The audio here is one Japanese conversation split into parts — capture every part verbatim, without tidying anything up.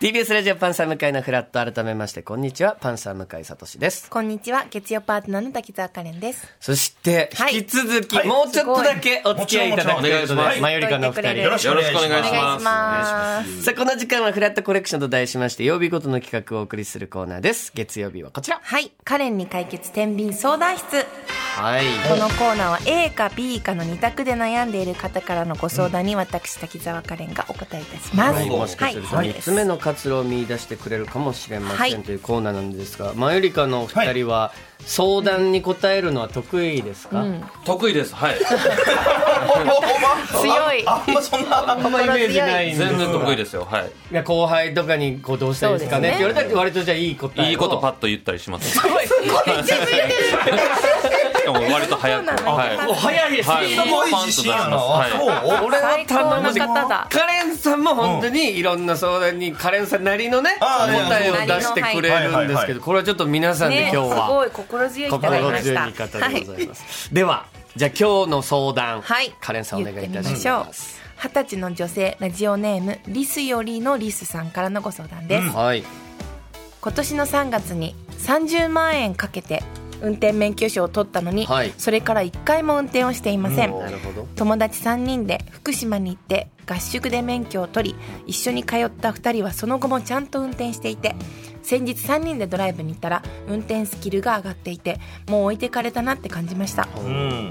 ティービーエス ラジオパンサー向井のフラット、改めましてこんにちは、パンサー向井聡です。 こんにちは、月曜パートナーの滝沢カレンです。 そして引き続き、 はい、 もうちょっとだけお付き合いいただくということで、マユリカのお二人よろしくお願いします。 さあ、この時間はフラットコレクションと題しまして、曜日ごとの企画をお送りするコーナーです。月曜日はこちら。 はい、カレンに解決天秤相談室。 はい、 このコーナーは A か B かのに択で悩んでいる方からのご相談に私滝沢カレンがお答えいたします。 はい、もしかするとみっつめの活路を見出してくれるかもしれません、はい、というコーナーなんですが、マユリカのお二人は相談に答えるのは得意ですか？うん、 得意です。はい。 強い。 あんまそんなあんまイメージないんで。 全然得意ですよ。はい。 いや、後輩とかにこうどうしたらいいですかねって言われたら割とじゃあいい答えをいいことパッと言ったりします。 すごい。すごい。 しかも割と早く。 はい。早いです。 はい。 すごい自信やな。 はい。 そう。 俺は頼む。 方だ。 カレンさんも本当にいろんな相談にカレンさんなりのね、答えを出してくれるんですけど、これはちょっと皆さんで今日はすごい心強い方がいました。 心強い方でございます。はい、では、じゃあ今日の相談、はい、カレンさんお願いいたします。 二十歳の女性、ラジオネームリスよりのリスさんからのご相談です。うん、はい。今年のさんがつにさんじゅうまんえんかけて運転免許証を取ったのに、はい、それからいっかいも運転をしていません。うん、なるほど。友達さんにんで福島に行って合宿で免許を取り、一緒に通ったふたりはその後もちゃんと運転していて、先日さんにんでドライブに行ったら運転スキルが上がっていて、もう置いてかれたなって感じました。うん、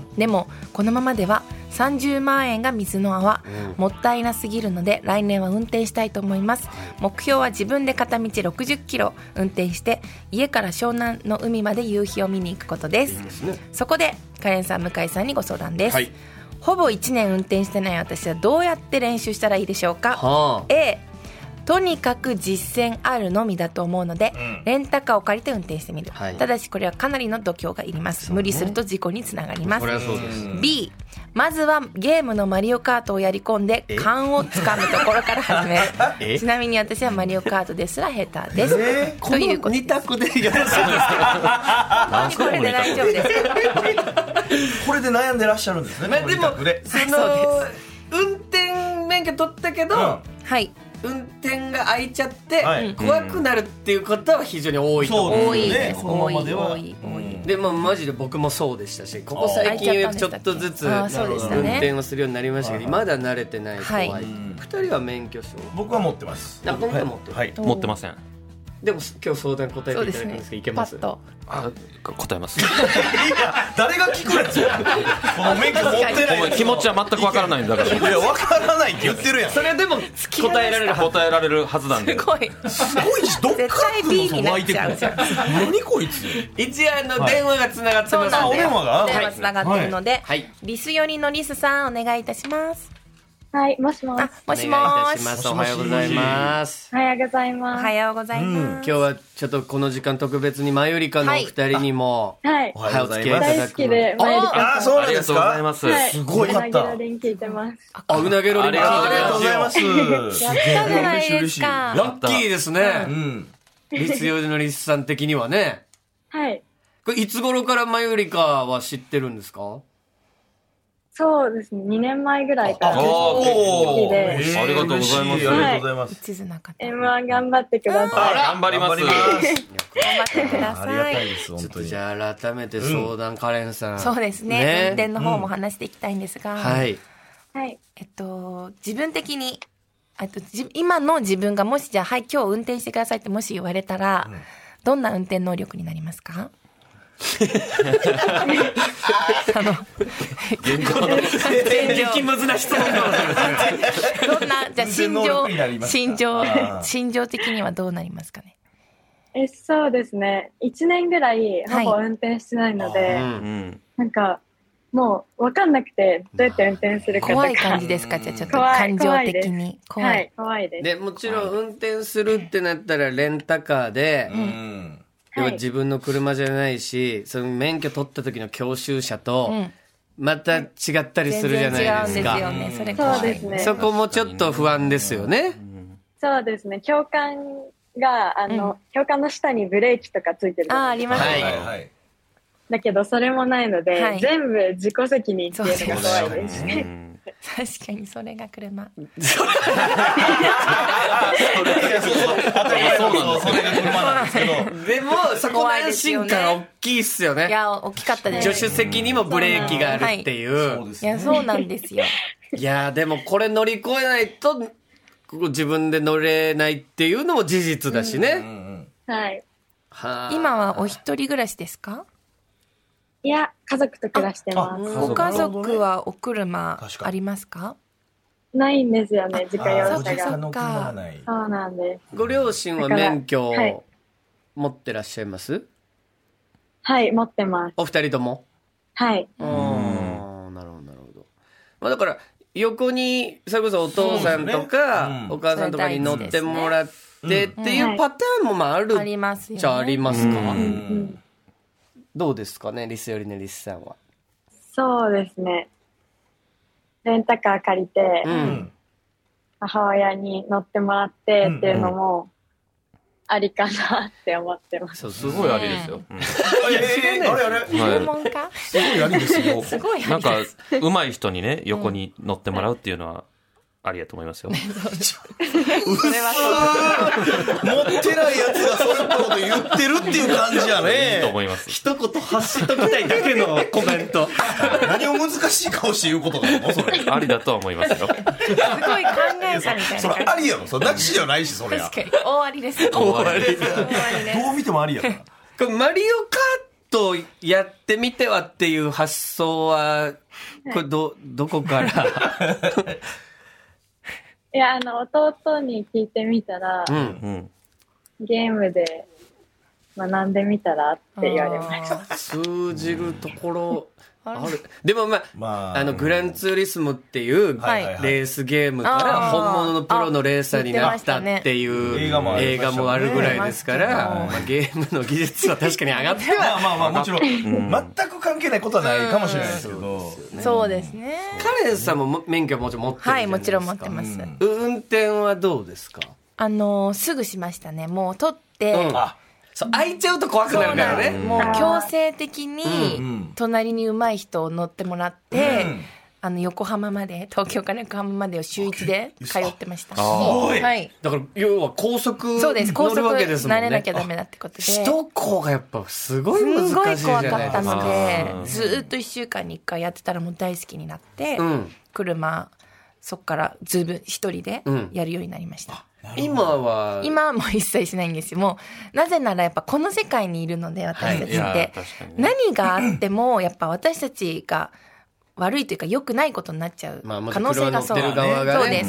でもこのままではさんじゅうまんえんが水の泡、うん、もったいなすぎるので来年は運転したいと思います。目標は自分で片道ろくじゅっキロ運転して家から湘南の海まで夕日を見に行くことです。いいですね。そこでカレンさん、向井さんにご相談です。はい、ほぼいちねん運転してない私はどうやって練習したらいいでしょうか？はあ、A、とにかく実践あるのみだと思うので、うん、レンタカーを借りて運転してみる。はい、ただしこれはかなりの度胸がいります。無理すると事故につながります。 これはそうです。 B、まずはゲームのマリオカートをやり込んで勘をつかむところから始める。ちなみに私はマリオカートですら下手です。えー、ということです。 このに択でよろしいですか？ これで大丈夫です。 これで悩んでらっしゃるんですね。まあ、でもその運転免許取ったけど、うん、 はい。 運転が空いちゃって怖くなるっていうことは非常に多いと思う。 多いです。多い多い多い。でもマジで僕もそうでしたし、ここ最近ちょっとずつ運転をするようになりましたけど、まだ慣れてない怖い。ふたりは免許証？ 僕は持ってます。 あ、僕は持ってる。 はい、持ってません。 でも今日相談答えていただくんですけど、いけます？ あ、答えます。 いや、誰が聞くんですよ。この免許持ってない。 気持ちは全くわからないんだから。いや、わからないって言ってるやん。 それでも答えられる答えられるはずなんで。 すごい。 すごいし、どっから来るの？湧いてくる。何こいつ。 一応あの電話がつながってます。 お電話が電話つながってるので、リス寄りのリスさんお願いいたします。 はい、もしもし。 あ、もしもし。 おはようございます。 おはようございます。 おはようございます。 今日はちょっとこの時間特別にマユリカのお二人にも、 はい、 おはようございます。 大好きでマユリカ。 あ、そうなんですか。 ありがとうございます。 すごい。 うなげろりん聞いてます。 あ、うなげろりん聞いてます。 ありがとうございます。 やったじゃないですか。 ラッキーですね。うん。リス寄りのリスさん的にはね。 はい。 これいつ頃からマユリカは知ってるんですか？ そうですね、にねんまえぐらいから好きで、 ありがとうございます。 ありがとうございます。 一途な方。 エムワン 頑張ってください。 頑張ります。 頑張ってください。 ありがたいです本当に。 じゃあ改めて相談、カレンさん。 そうですね。運転の方も話していきたいんですが、 はい。 はい。 えっと自分的に、えっと今の自分がもしじゃあはい今日運転してくださいってもし言われたら、どんな運転能力になりますか？あの全然むずな質問がどんなじゃあ心情心情心情的にはどうなりますかね？ えそうですね、いちねんぐらいほぼ運転してないので、はい、なんかもう分かんなくてどうやって運転するかとか。 怖い感じですか？じゃあちょっと感情的に怖い、はい、怖いです。 でもちろん運転するってなったらレンタカーで、うんでも自分の車じゃないし、その免許取った時の教習車とまた違ったりするじゃないですか。 全然違うんですよね。それ怖い。 そうですね。 そこもちょっと不安ですよね。 そうですね。教官があの、うん、教官の下にブレーキとかついてる。 ああ、ありますね。 はいはい。 だけどそれもないので、はい、全部自己責任っていうのが怖いです。 確かにそれが車。 それですけどでもそこの安心感大きいっすよね。 いや大きかったです。 助手席にもブレーキがあるっていう、 そうですね、 いやそうなんですよ。 いやでもこれ乗り越えないと自分で乗れないっていうのも事実だしね、うんうんうん、はい。 は今はお一人暮らしですか？ いや家族と暮らしてます。 ご家族はお車ありますか？ ないんですよね、自家用車が。 そっか。 そうなんです。 ご両親は免許を持ってらっしゃいます？ はい、持ってます。 お二人とも？ はい。 ああ、なるほどなるほど。まあだから横にそれこそお父さんとか、ね、うん、お母さんとかに乗ってもらってっていうパターンもまああるありますよね。 じゃありますか？ うんうん、 どうですかね、リスよりねリスさんは。 そうですね。レンタカー借りて、うん、母親に乗ってもらってっていうのもありかなって思ってます。 そう、すごいありですよ。うん、 えー、あれあれ、 専門家？ すごいありですよ。 すごいありです。 なんか上手い人にね横に乗ってもらうっていうのはありやと思いますよ。 それは持ってないやつがそういうこと言ってるっていう感じやね。 いいと思います。 一言発しときたいだけのコメント。 何を難しい顔して言うことなのそれ。 ありだとは思いますよ。すごい考えたみたいな。 それありやろ。それなしじゃないしそれ。 確かに大ありです。 大ありです。 どう見てもありやから。これマリオカートやってみてはっていう発想はこれどどこから？ いや、あの、弟に聞いてみたら、うん、ゲームで学んでみたらって言われました。 通じるところある。でもまあ、まあ、あの、グランツーリスモっていうレースゲームから本物のプロのレーサーになったっていう映画もあるぐらいですから、まあ、ゲームの技術は確かに上がっては。 まあまあまあ、もちろん、全く関係ないことはないかもしれないですけど。 そうですね。 カレンさんも免許はもちろん持ってるじゃないですか。 はい、もちろん持ってます。 運転はどうですか？ あの、すぐしましたね。もう取って、うん、 そう開いちゃうと怖くなるからね。 もう強制的に隣に上手い人を乗ってもらって、うん、あの横浜まで東京から横浜までを週一で通ってました。 すごい。はい。だから要は高速乗るわけですもんね。 慣れなきゃダメだってことで。 首都高がやっぱすごい難しいじゃないですか。 すごい怖かったので、ずっといっしゅうかんにいっかいやってたらもう大好きになって、うん、車そっからずぶ一人でやるようになりました。うん今は今はもう一切しないんですよ。もうなぜならやっぱこの世界にいるので私たちって、はい、何があってもやっぱ私たちが悪いというか良くないことになっちゃう可能性がそう、 まあ、ね、 そうです。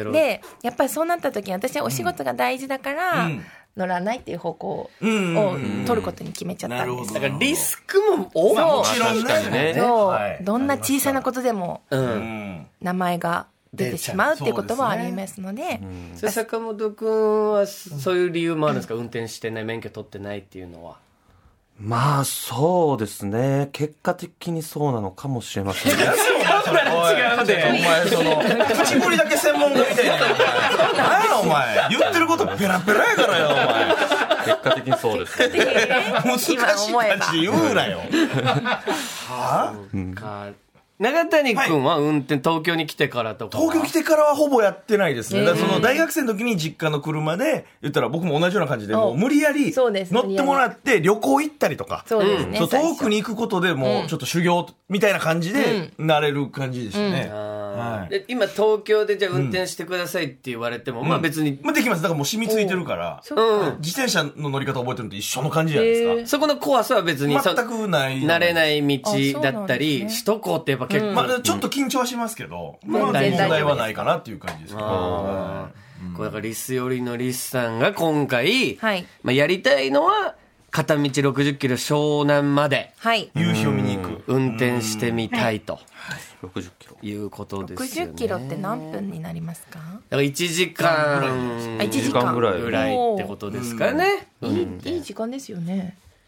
でやっぱりそうなった時に私はお仕事が大事だから、うん乗らないっていう方向を取ることに決めちゃったんです。 だからリスクも多いもちろんね。 そう、はい、どんな小さなことでも名前が出てしまうっていうことはありますので、 それ坂本君はそういう理由もあるんですか？運転してない免許取ってないっていうのは。 まあそうですね、結果的にそうなのかもしれませんね。 違うでお前その口ぶりだけ専門家みたいな何やお前言ってることペラペラやからよお前。 結果的にそうです、ね、 難しい感じで言うなよ。 はあ、うん、永谷君は運転、はい、東京に来てからとか東京来てからはほぼやってないですね。だからその大学生の時に実家の車で言ったら僕も同じような感じでもう無理やり乗ってもらって旅行行ったりとかそうですね、 そう遠くに行くことでもうちょっと修行みたいな感じでなれる感じでしたね、うんうんはい、で今東京でじゃあ運転してくださいって言われても、うん、まあ別に、 まあ、できます。だからもう染みついてるから、うん、自転車の乗り方覚えてるのと一緒の感じじゃないですか。 そこの怖さは別に全くない慣れない道だったり、ね、首都高ってやっぱ結構、うん、 まあ、ちょっと緊張はしますけど、うん、まあ問題はないかなっていう感じですけど、 あ、うん、これだからリスよりのリスさんが今回、はいまあ、やりたいのは片道ろくじゅっキロ湘南まで、 はい、 夕日を見に行く運転してみたいと、はいろくじゅっキロいうことですよね。 ろくじゅっキロって何分になりますか？だからいちじかんいちじかんぐらいぐらいってことですかね、 うん、いい、いい時間ですよね。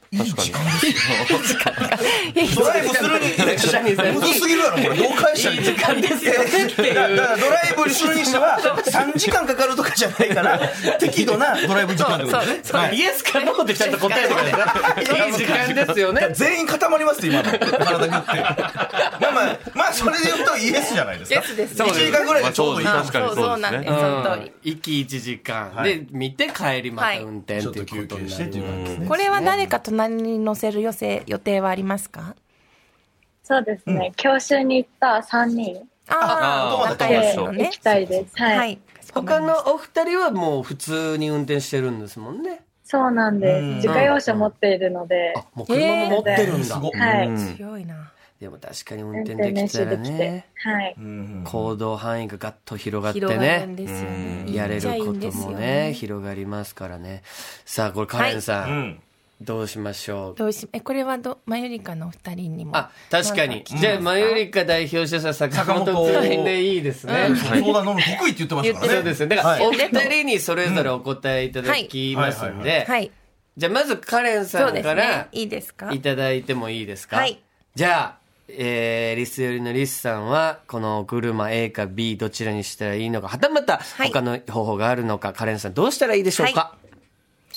いい時間ですよ。ドライブするに、むずすぎるやろ、これ。どう返したらいい時間ですよねっていう。 だからドライブするにしては、さんじかんかかるとかじゃないから、適度なドライブ時間ってことですね。 イエスかノーでちゃんと答えてください。いい時間ですよね。 全員固まりますって、今の。体食って。まあまあ、まあ、それで言うとイエスじゃないですか。 イエスですね。いちじかんぐらいでちょうどいい。 確かにそうなんです。その通り。 行きいちじかん。で、見て帰りまた運転っていうことになる。 これは誰か隣に乗せる予定予定はありますか？ そうですね、教習に行ったさんにんああ仲良しのね行きたいです。はい。 他のお二人はもう普通に運転してるんですもんね。 そうなんです。自家用車持っているので。 あ、もう車も持ってるんだ。 はい。 強いな。 でも確かに運転できたらね、 はい、 行動範囲がガッと広がってね、 広がるんですよね。 やれることもね、広がりますからね。さあ、これカレンさん、はい、どうしましょう。 どうしえこれはどマユリカのお二人にも。 あ、確かに。じゃあマユリカ代表してさ、坂本君でいいですね。 相談乗る得意って言ってましたからね。 そうですよ。だからお二人にそれぞれお答えいただきますんで、じゃあまずカレンさんからいただいてもいいですか。はい。じゃあ。えー、リスよりのリスさんは、この車 A か B どちらにしたらいいのか、はたまた他の方法があるのか、はい、カレンさんどうしたらいいでしょうか。はい、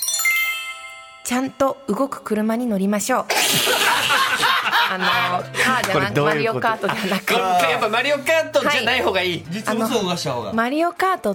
ちゃんと動く車に乗りましょう。あの、カーじゃなく、マリオカートじゃなく。 やっぱマリオカートじゃない方がいい。はい、 実物を動かした方が。 マリオカートって、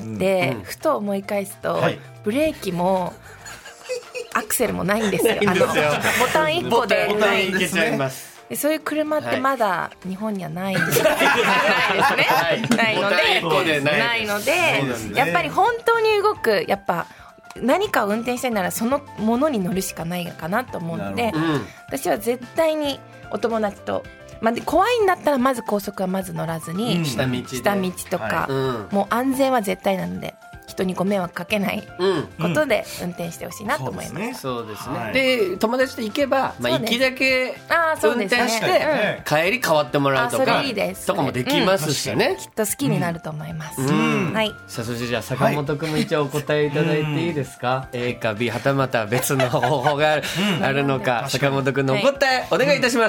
うん、ふと思い返すと、はい、ブレーキも、アクセルもないんですよ。あの、ボタンいっこで。 ボタンいけちゃいます。 そういう車ってまだ日本にはないんですね。ないので、ないので、やっぱり本当に動く、やっぱ何かを運転したいならそのものに乗るしかないかなと思うので、私は絶対にお友達と、まあ、怖いんだったらまず高速はまず乗らずに、下道とか、もう安全は絶対なので。人にご迷惑かけないことで運転してほしいなと思います。 そうですね。で、友達と行けば、まあ、行きだけ運転して帰り変わってもらうとかとかもできますしね。 きっと好きになると思います。はい。 さあ、そしてじゃあ坂本君も一応お答えいただいていいですか。A か B はたまた別の方法があるのか、坂本君のお答えお願いいたします。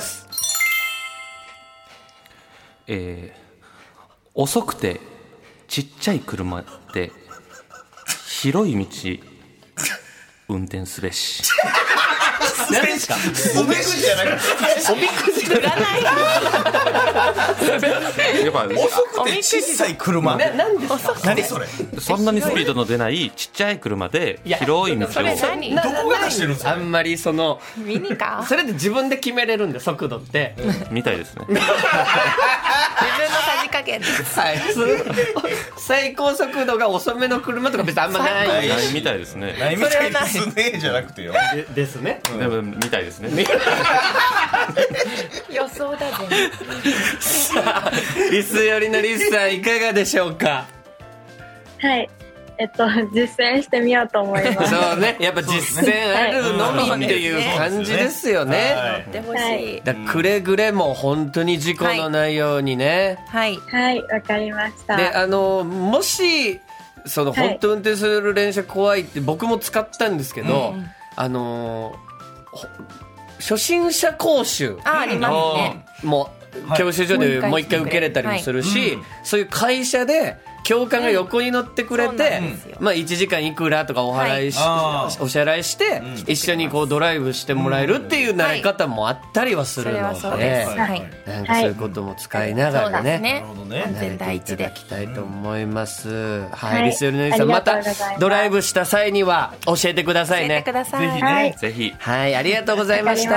えー、遅くてちっちゃい車って広い道運転すべし。 何ですか？ おみくじじゃない。 おみくじじゃない。 やっぱ遅くて小さい車。 何ですか？ 何それ？ そんなにスピードの出ないちっちゃい車で広い道を。 それ何？ どこが出してるんですか？ あんまりそのミニか。 それで自分で決めれるんで速度って。 みたいですね。 自分のさじ加減です。 はい。最高速度が遅めの車とか別にあんまない。 ないみたいですね。 ないみたいですねじゃなくてよ。 ですね。 でもみたいですね。 予想だぜ。 さあ、リスよりのリスさんいかがでしょうか。 はい。えっと実践してみようと思います。 そうね。やっぱ実践あるのみっていう感じですよね。 乗ってほしい。 だくれぐれも本当に事故のないようにね。 はいはいわかりました。 であのもしその本当運転する練習怖いって僕も使ったんですけど、うん、あの初心者講習ありますね。 もう教習所でもう一回受けれたりもするし、はいうん、そういう会社で教官が横に乗ってくれて、うん、まあいちじかんいくらとかお払いし、はい、お支払いして、うん、一緒にこうドライブしてもらえるっていう慣れ方もあったりはするので、はい、なんかそういうことも使いながらね、 安全第一でいただきたいと思います。はい、リスよりのりさんまたドライブした際には教えてくださいね。 教えてください。 ぜひね、 ぜひ。 はい、ありがとうございました。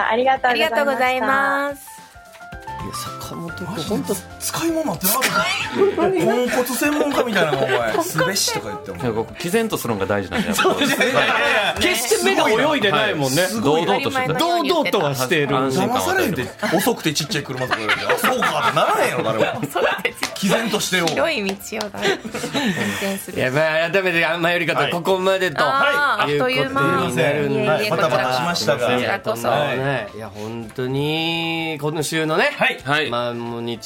ありがとうございます。 坂本君本当使い物なってなかったポンコツ専門家みたいなのお前すべしとか言っても僕毅然とするのが大事なんで。 そうですね。決して目が泳いでないもんね。 堂々として堂々とはしている。 騙されんで遅くてちっちゃい車とか言われてあそうかってならへんよ誰も。毅然としてよ。 広い道を運転する。 いやまあ改めてあんまよりかとここまでということになるんでバタバタしましたが。 こちらこそ。 いや本当に今週のね。はい、まあもう日曜日の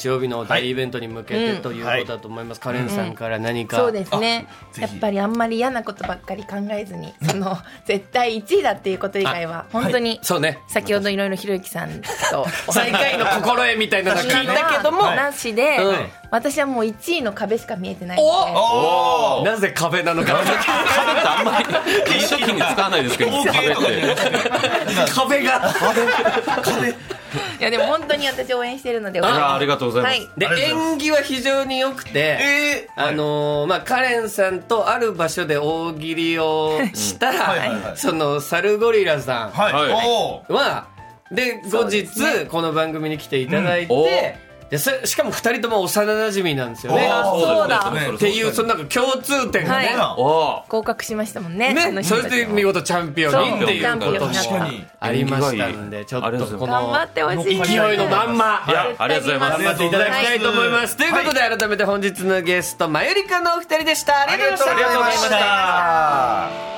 大イベントに向けてということだと思います。カレンさんから何か。 そうですね。やっぱりあんまり嫌なことばっかり考えずに、その絶対いちいだっていうこと以外は本当にそうね。先ほどいろいろひろゆきさんと最下位の心得みたいなの聞いたけどもなしで、私はもういちいの壁しか見えてないので。 おお。なぜ壁なのか。壁ってあんまりいい時に使わないですけど、壁って壁が壁。いやでも本当に私応援してるので。 あ, ありがとうございます。 はい、で演技は非常に良くて、えー、あのー、まあカレンさんとある場所で大喜利をしたそのサルゴリラさんは、はい、で後日この番組に来ていただいて。うんでしかもふたりとも幼なじみなんですよね。 そうだっていうそのなんか共通点がね、 はい、合格しましたもんね。 ね、それで見事チャンピオンにっていうこともありましたんで、ちょっとこの勢いのまんまありがとうございます。 頑張っていただきたいと思います。ということで改めて本日のゲストマユリカのお二人でした。ありがとうございました。